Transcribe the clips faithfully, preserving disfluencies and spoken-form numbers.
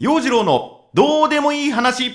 陽次郎のどうでもいい話。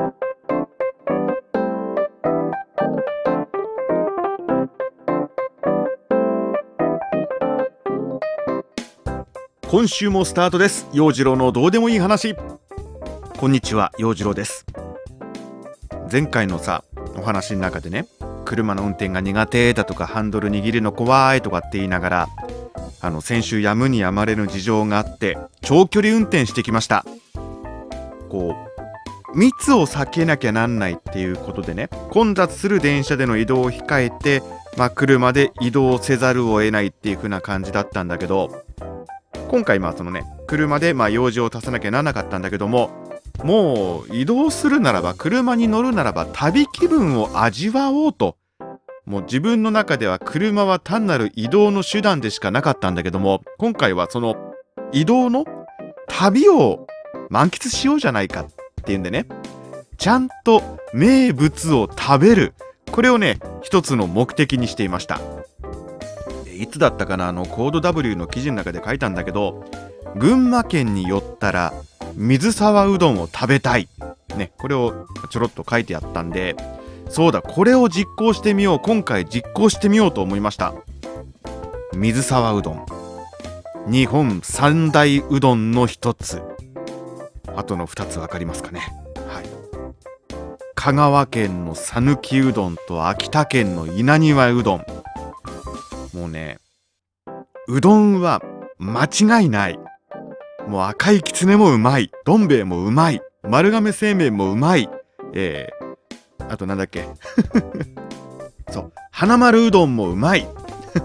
今週もスタートです。陽次郎のどうでもいい話。こんにちは、陽次郎です。前回のさお話の中でね、車の運転が苦手だとかハンドル握るの怖いとかって言いながら、あの先週やむにやまれぬ事情があって長距離運転してきました。こう密を避けなきゃなんないっていうことでね、混雑する電車での移動を控えて、まあ、車で移動せざるを得ないっていう風な感じだったんだけど、今回まあそのね車でまあ用事を足さなきゃならなかったんだけども、もう移動するならば、車に乗るならば旅気分を味わおうと、もう自分の中では車は単なる移動の手段でしかなかったんだけども、今回はその移動の旅を満喫しようじゃないかっていうんでね、ちゃんと名物を食べる、これをね一つの目的にしていました。いつだったかな、あのコード ダブリュー の記事の中で書いたんだけど、群馬県に寄ったら水沢うどんを食べたい、ね、これをちょろっと書いてあったんで、そうだ、これを実行してみよう、今回実行してみようと思いました。水沢うどん、日本三大うどんの一つ。あとの二つ分かりますかね。はい、香川県の讃岐うどんと秋田県の稲庭うどん。もうね、うどんは間違いない。もう赤いきつねもうまい、どん兵衛もうまい、丸亀製麺もうまい、えー、あとなんだっけそう花丸うどんもうまい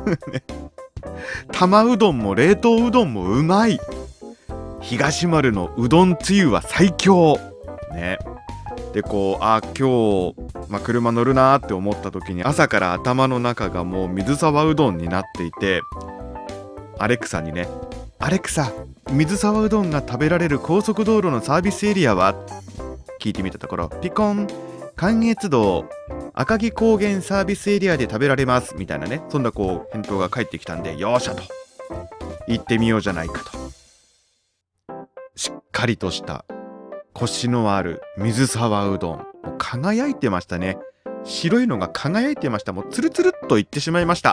玉うどんも冷凍うどんもうまい、東丸のうどんつゆは最強ね。でこう、あ今日、まあ、車乗るなーって思った時に、朝から頭の中がもう水沢うどんになっていて、アレクサにね、アレクサ、水沢うどんが食べられる高速道路のサービスエリアは？聞いてみたところ、ピコン、関越道赤城高原サービスエリアで食べられますみたいなね、そんなこう返答が返ってきたんで、よーしゃと行ってみようじゃないかと。しっかりとしたコシのある水沢うどん、もう輝いてましたね。白いのが輝いてました。もうツルツルっといってしまいました。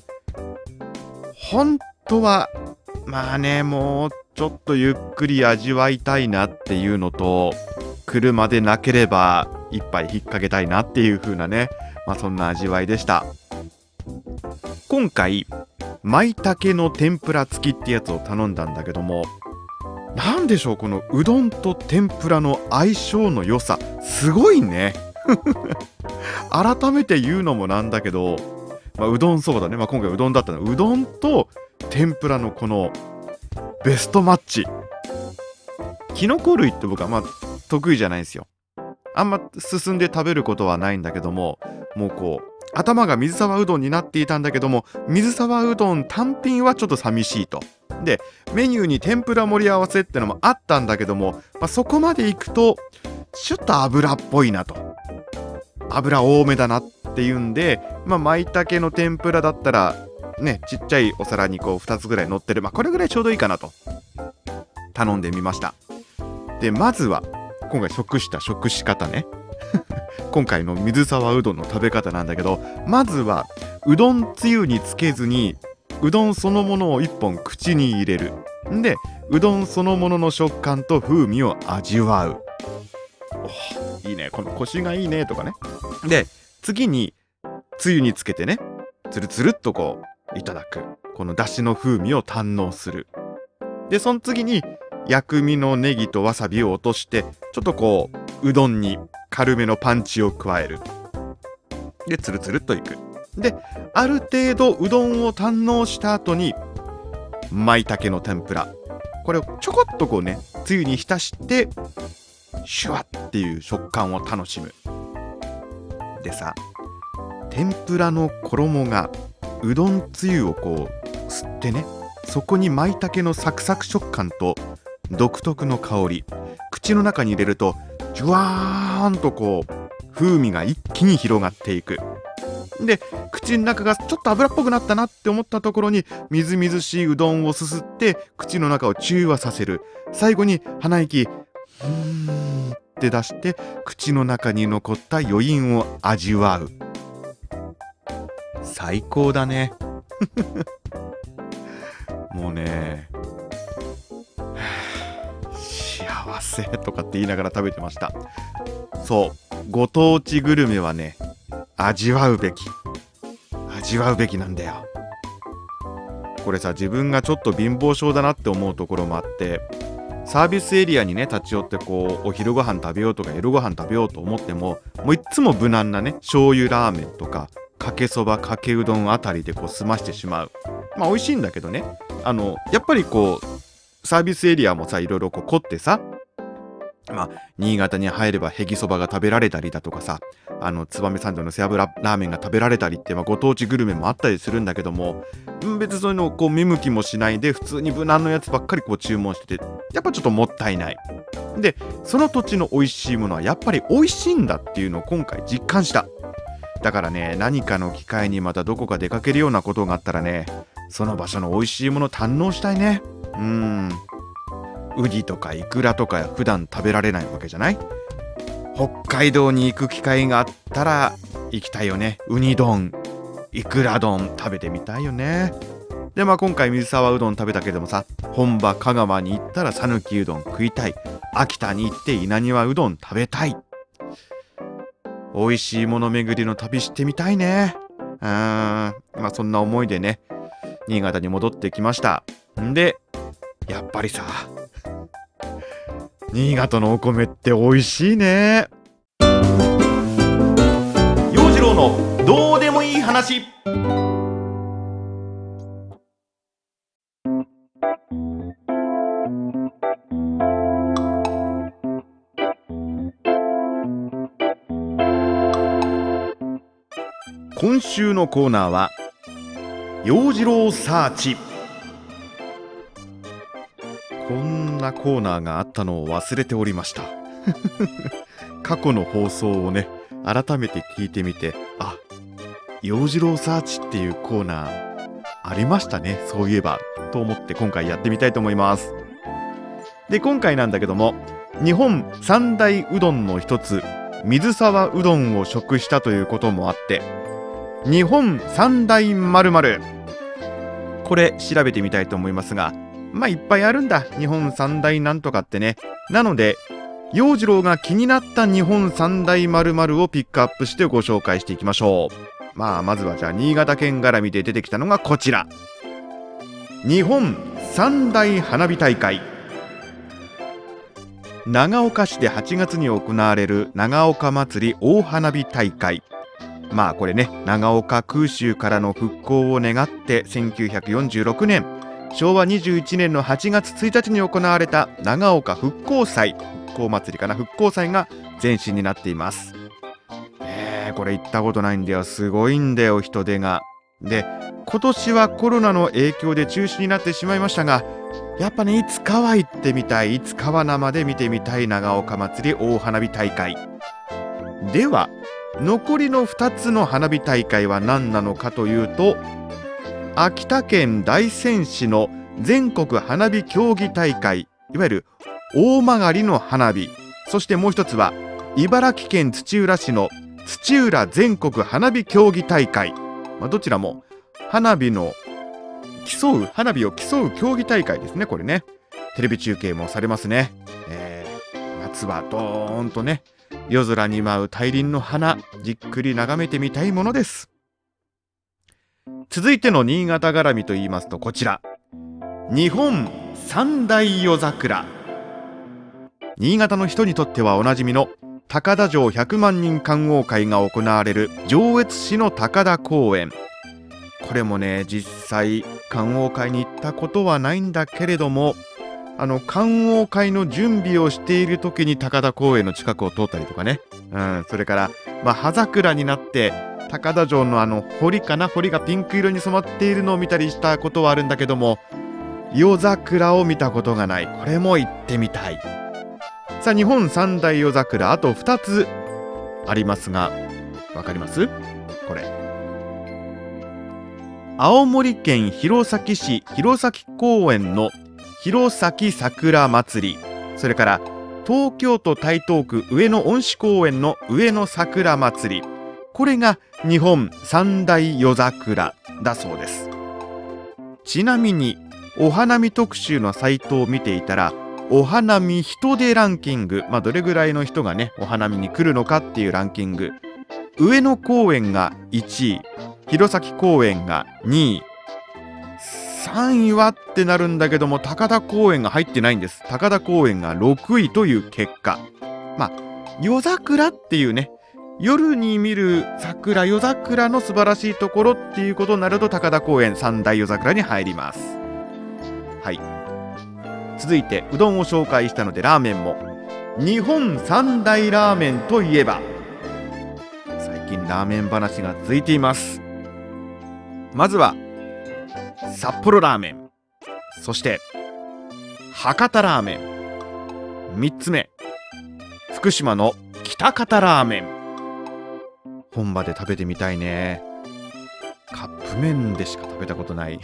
本当はまあね、もうちょっとゆっくり味わいたいなっていうのと、車でなければ一杯引っ掛けたいなっていう風なね、まあそんな味わいでした。今回舞茸の天ぷら付きってやつを頼んだんだけども、なんでしょう、このうどんと天ぷらの相性の良さ、すごいね改めて言うのもなんだけど、まあ、うどんそうだね、まあ、今回うどんだったの、うどんと天ぷらのこのベストマッチ。キノコ類って僕はまあ得意じゃないんですよ。あんま進んで食べることはないんだけども、もうこう頭が水沢うどんになっていたんだけども、水沢うどん単品はちょっと寂しいと。でメニューに天ぷら盛り合わせってのもあったんだけども、まあ、そこまでいくとちょっと油っぽいなと、油多めだなっていうんで、まあ舞茸の天ぷらだったらね、ちっちゃいお皿にこうふたつぐらい乗ってる、まあこれぐらいちょうどいいかなと頼んでみました。でまずは今回食した食し方ね今回の水沢うどんの食べ方なんだけど、まずはうどんつゆにつけずにうどんそのものをいっぽん口に入れる。んでうどんそのものの食感と風味を味わう。おいいね、このコシがいいねとかね。で次につゆにつけてね、つるつるっとこういただく、このだしの風味を堪能する。でその次に薬味のネギとわさびを落として、ちょっとこううどんに軽めのパンチを加える。でつるつるっといく。である程度うどんを堪能した後に舞茸の天ぷら、これをちょこっとこうねつゆに浸してシュワッっていう食感を楽しむ。でさ、天ぷらの衣がうどんつゆをこう吸ってね、そこに舞茸のサクサク食感と独特の香り、口の中に入れるとジュワーンとこう風味が一気に広がっていく。で口の中がちょっと油っぽくなったなって思ったところにみずみずしいうどんをすすって口の中を中和させる。最後に鼻息って出して口の中に残った余韻を味わう。最高だねもうね幸せとかって言いながら食べてました。そう、ご当地グルメはね、味わうべき味わうべきなんだよ。これさ、自分がちょっと貧乏症だなって思うところもあって、サービスエリアにね立ち寄ってこうお昼ご飯食べようとか夜ご飯食べようと思っても、もういっつも無難なね醤油ラーメンとかかけそばかけうどんあたりでこう済ましてしまう。まあ美味しいんだけどね、あのやっぱりこうサービスエリアもさいろいろこう凝ってさ、まあ新潟に入ればへぎそばが食べられたりだとかさ、あの燕三条の背脂ラーメンが食べられたりって、まあ、ご当地グルメもあったりするんだけども、別にそういうのをこう見向きもしないで普通に無難のやつばっかりこう注文してて、やっぱちょっともったいない。でその土地の美味しいものはやっぱり美味しいんだっていうのを今回実感した。だからね、何かの機会にまたどこか出かけるようなことがあったらね、その場所の美味しいもの堪能したいね。うーんウニとかイクラとか普段食べられないわけじゃない。北海道に行く機会があったら行きたいよね。ウニ丼、イクラ丼食べてみたいよね。でまあ今回水沢うどん食べたけどもさ、本場香川に行ったら讃岐うどん食いたい、秋田に行って稲庭うどん食べたい。美味しいもの巡りの旅してみたいね。うーんまあそんな思いでね新潟に戻ってきました。んでやっぱりさ、新潟のお米って美味しいね。陽次郎のどうでもいい話。今週のコーナーは陽次郎サーチ。こんなコーナーがあったのを忘れておりました過去の放送をね改めて聞いてみて、あ、陽次郎サーチっていうコーナーありましたね、そういえばと思って今回やってみたいと思います。で今回なんだけども、日本三大うどんの一つ水沢うどんを食したということもあって、日本三大〇〇、これ調べてみたいと思いますが、まあいっぱいあるんだ、日本三大なんとかってね。なので陽次郎が気になった日本三大〇〇をピックアップしてご紹介していきましょう。まあまずはじゃあ新潟県絡みで出てきたのがこちら、日本三大花火大会。長岡市ではちがつに行われる長岡祭り大花火大会。まあこれね、長岡空襲からの復興を願ってせんきゅうひゃくよんじゅうろくねんしょうわにじゅういちねんのはちがつついたちに行われた長岡復興祭、復興祭りかな、復興祭が前身になっています。えー、これ行ったことないんだよ。すごいんだよ、人出が。で今年はコロナの影響で中止になってしまいましたが、やっぱねいつかは行ってみたい、いつかは生で見てみたい長岡祭り大花火大会では、残りのふたつの花火大会は何なのかというと、秋田県大仙市の全国花火競技大会、いわゆる大曲の花火、そしてもう一つは茨城県土浦市の土浦全国花火競技大会、まあ、どちらも花火の競う花火を競う競技大会ですね。これねテレビ中継もされますね。えー、夏はドーンとね夜空に舞う大輪の花、じっくり眺めてみたいものです。続いての新潟絡みと言いますとこちら、日本三大夜桜。新潟の人にとってはおなじみの高田城ひゃくまんにん観桜会が行われる上越市の高田公園。これもね実際観桜会に行ったことはないんだけれども、あの観桜会の準備をしている時に高田公園の近くを通ったりとかね、うん、それから、まあ、葉桜になって高田城のあの堀かな、堀がピンク色に染まっているのを見たりしたことはあるんだけども、夜桜を見たことがない。これも行ってみたい。さあ日本三大夜桜あとふたつありますが、わかります？これ青森県弘前市弘前公園の弘前桜祭り、それから東京都台東区上野恩賜公園の上野桜まつり、これが日本三大夜桜だそうです。ちなみにお花見特集のサイトを見ていたら、お花見人出ランキング、まあ、どれぐらいの人がねお花見に来るのかっていうランキング、上野公園がいちい、弘前公園がにい、さんいはってなるんだけども、高田公園が入ってないんです。高田公園がろくいという結果。まあ夜桜っていうね、夜に見る桜、夜桜の素晴らしいところっていうことになると、高田公園三大夜桜に入ります。はい。続いてうどんを紹介したのでラーメンも。日本三大ラーメンといえば、最近ラーメン話が続いています。まずは札幌ラーメン、そして博多ラーメン、みっつめ福島の喜多方ラーメン。本場で食べてみたいね。カップ麺でしか食べたことない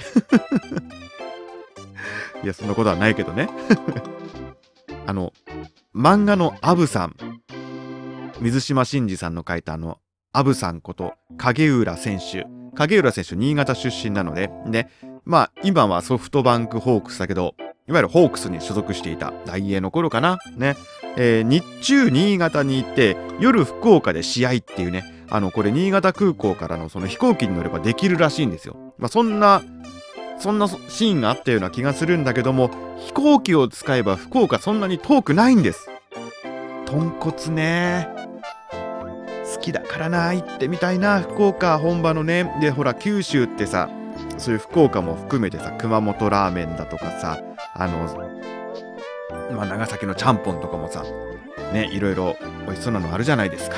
いやそんなことはないけどねあの漫画のアブさん、水島新司さんの書いたあのアブさんこと影浦選手、影浦選手新潟出身なのでね、まあ今はソフトバンクホークスだけど、いわゆるホークスに所属していた大英の頃かなね、えー、日中新潟に行って夜福岡で試合っていうね、あのこれ新潟空港からのその飛行機に乗ればできるらしいんですよ。まあそんなそんなシーンがあったような気がするんだけども、飛行機を使えば福岡そんなに遠くないんです。豚骨ね、好きだからな、行ってみたいな、福岡本場のね。でほら九州ってさ、そういう福岡も含めてさ、熊本ラーメンだとかさ、あのまあ長崎のちゃんぽんとかもさね、いろいろ美味しそうなのあるじゃないですか。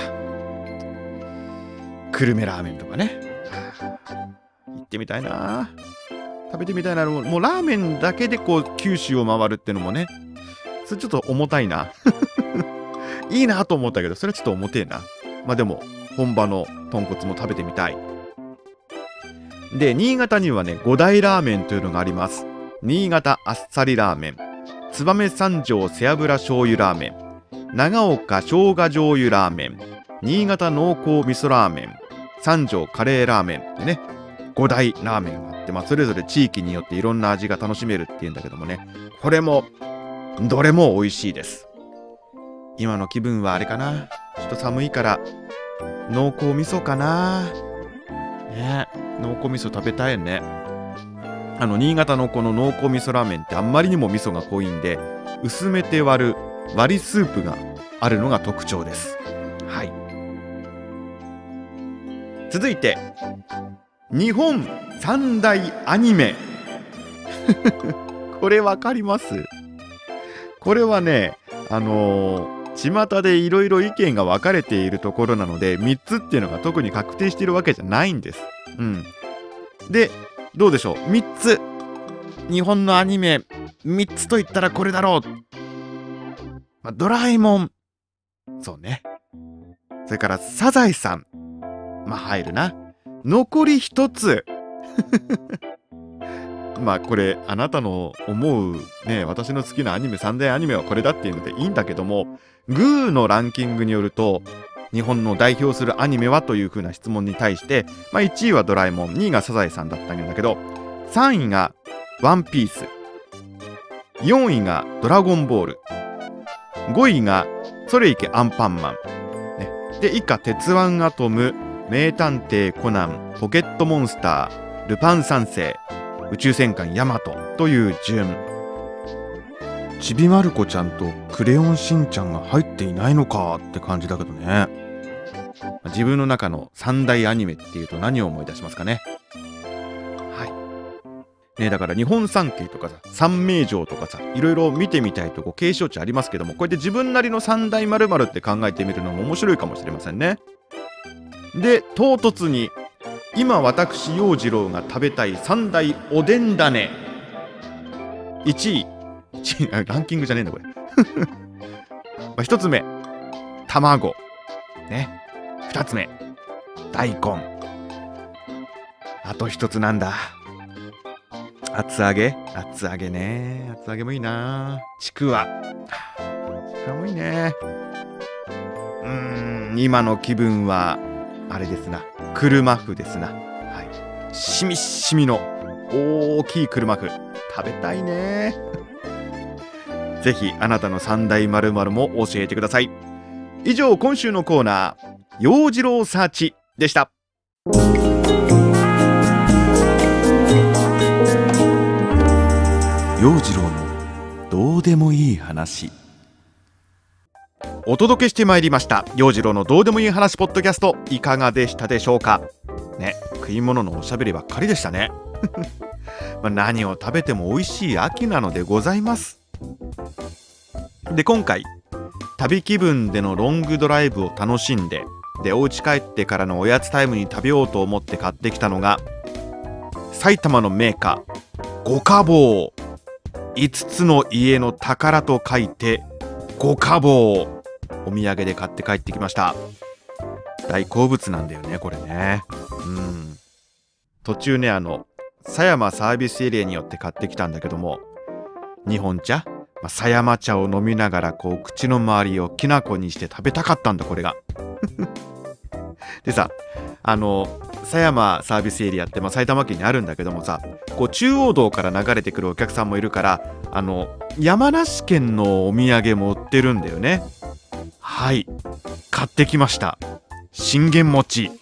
久留米ラーメンとかね、行ってみたいな、食べてみたいな。もうラーメンだけでこう九州を回るってのもね、それちょっと重たいないいなと思ったけど、それはちょっと重てえな。まあでも本場の豚骨も食べてみたい。で新潟にはね五大ラーメンというのがあります。新潟あっさりラーメン、燕三条背脂醤油ラーメン、長岡生姜醤油ラーメン、新潟濃厚味噌ラーメン、三条カレーラーメンでね、ご大ラーメンがあって、まあ、それぞれ地域によっていろんな味が楽しめるっていうんだけどもね、これもどれも美味しいです。今の気分はあれかな、ちょっと寒いから濃厚味噌かなね。濃厚味噌食べたいね。あの新潟のこの濃厚味噌ラーメンってあんまりにも味噌が濃いんで、薄めて割る割りスープがあるのが特徴です。はい。続いて日本三大アニメこれわかります？これはね、あのー、巷でいろいろ意見が分かれているところなので、みっつっていうのが特に確定しているわけじゃないんです。うん。で、どうでしょう、みっつ、日本のアニメみっつと言ったらこれだろう。まあ、ドラえもん、そうね。それからサザエさん、まあ入るな。残りひとつまあこれあなたの思うね、私の好きなアニメ三大アニメはこれだっていうのでいいんだけども、グーのランキングによると日本の代表するアニメはという風な質問に対して、まあ、いちいはドラえもん、にいがサザエさんだったんだけど、さんいがワンピース、よんいがドラゴンボール、ごいがそれいけアンパンマン、ね、で以下鉄腕アトム、名探偵コナン、ポケットモンスター、ルパン三世、宇宙戦艦ヤマトという順。ちびまる子ちゃんとクレヨンしんちゃんが入っていないのかって感じだけどね。自分の中の三大アニメっていうと何を思い出しますかね。はいね、だから日本三景とかさ、三名城とかさ、いろいろ見てみたいとこ景勝地ありますけども、こうやって自分なりの三大〇〇って考えてみるのも面白いかもしれませんね。で唐突に今私陽次郎が食べたい三大おでんだね。いちい、いちいランキングじゃねえんだこれまあひとつめ卵ね、ふたつめ大根、あとひとつなんだ、厚揚げ。厚揚げね、厚揚げもいいな。ちくわ、ちく寒いね。うーん、今の気分はあれですな、車麩ですな。はい、しみっしみの大きい車麩食べたいね。ぜひあなたの三大〇〇も教えてください。以上、今週のコーナー陽次郎サーチでした。陽次郎のどうでもいい話。お届けしてまいりました陽次郎のどうでもいい話ポッドキャスト、いかがでしたでしょうかね。食い物のおしゃべりばっかりでしたね。まあ何を食べても美味しい秋なのでございます。で、今回旅気分でのロングドライブを楽しんで、でお家帰ってからのおやつタイムに食べようと思って買ってきたのが埼玉のメーカー五家宝、いつつの家の宝と書いて五家宝、お土産で買って帰ってきました。大好物なんだよねこれね。うん、途中ね、あの狭山サービスエリアによって買ってきたんだけども、日本茶、まあ、狭山茶を飲みながらこう口の周りをきな粉にして食べたかったんだこれが。でさ、あの狭山サービスエリアって、まあ、埼玉県にあるんだけどもさ、こう中央道から流れてくるお客さんもいるから、あの山梨県のお土産も売ってるんだよね。はい、買ってきました。信玄餅。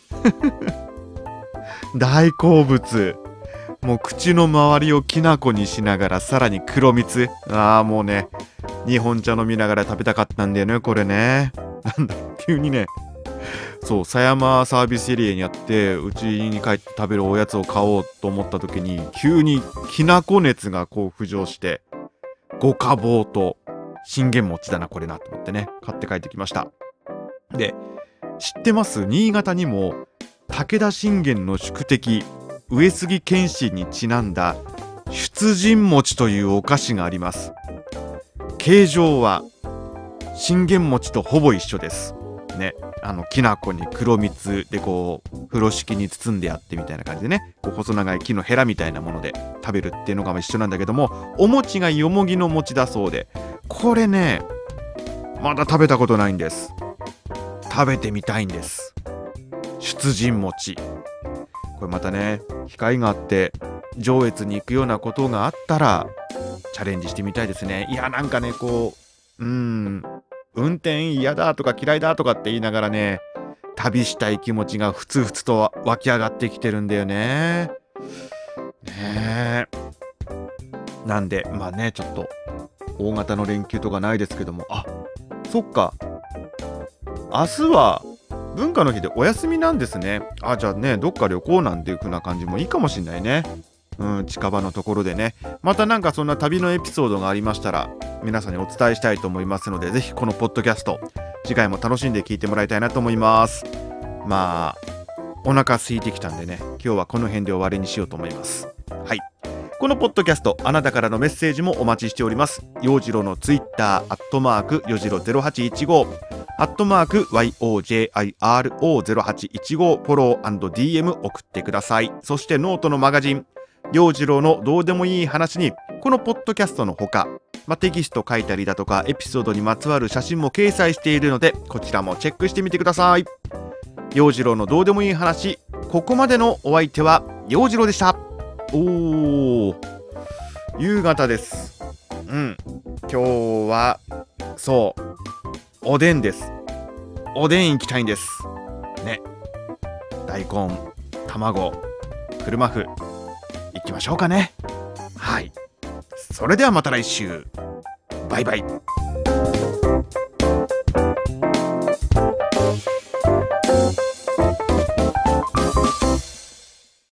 大好物。もう口の周りをきな粉にしながら、さらに黒蜜。ああ、もうね、日本茶飲みながら食べたかったんだよねこれね。なんだ急にね、そう、狭山サービスエリアにあって、うちに帰って食べるおやつを買おうと思った時に、急にきなこ熱がこう浮上して、五家宝と信玄餅だなこれなと思ってね、買って帰ってきました。で、知ってます？新潟にも武田信玄の宿敵上杉謙信にちなんだ出陣餅というお菓子があります。形状は信玄餅とほぼ一緒ですね。あのきな粉に黒蜜でこう風呂敷に包んであってみたいな感じでね、こう細長い木のヘラみたいなもので食べるっていうのが一緒なんだけども、お餅がよもぎの餅だそうで、これねまだ食べたことないんです。食べてみたいんです。出陣餅、これまたね機会があって上越に行くようなことがあったらチャレンジしてみたいですね。いや、なんかね、こううーん運転嫌だとか嫌いだとかって言いながらね、旅したい気持ちがふつふつと湧き上がってきてるんだよね。ねえ。なんでまあね、ちょっと大型の連休とかないですけども、あ、そっか、明日は文化の日でお休みなんですね。あ、じゃあね、どっか旅行なんていう風な感じもいいかもしんないね。うん、近場のところでね。またなんかそんな旅のエピソードがありましたら皆さんにお伝えしたいと思いますので、ぜひこのポッドキャスト次回も楽しんで聞いてもらいたいなと思います。まあお腹空いてきたんでね、今日はこの辺で終わりにしようと思います。はい、このポッドキャスト、あなたからのメッセージもお待ちしております。陽次郎のツイッターアットマークよじろゼロはちいちご、アットマーク ヨジロゼロはちいちご、フォロー&ディーエム 送ってください。そしてノートのマガジン陽次郎のどうでもいい話に、このポッドキャストのほか、まあ、テキスト書いたりだとかエピソードにまつわる写真も掲載しているので、こちらもチェックしてみてください。陽次郎のどうでもいい話、ここまでのお相手は陽次郎でした。おー、夕方です。うん、今日はそうおでんです。おでん行きたいんですね。大根、卵、車麩行きましょうかね。はい、それではまた来週。バイバイ。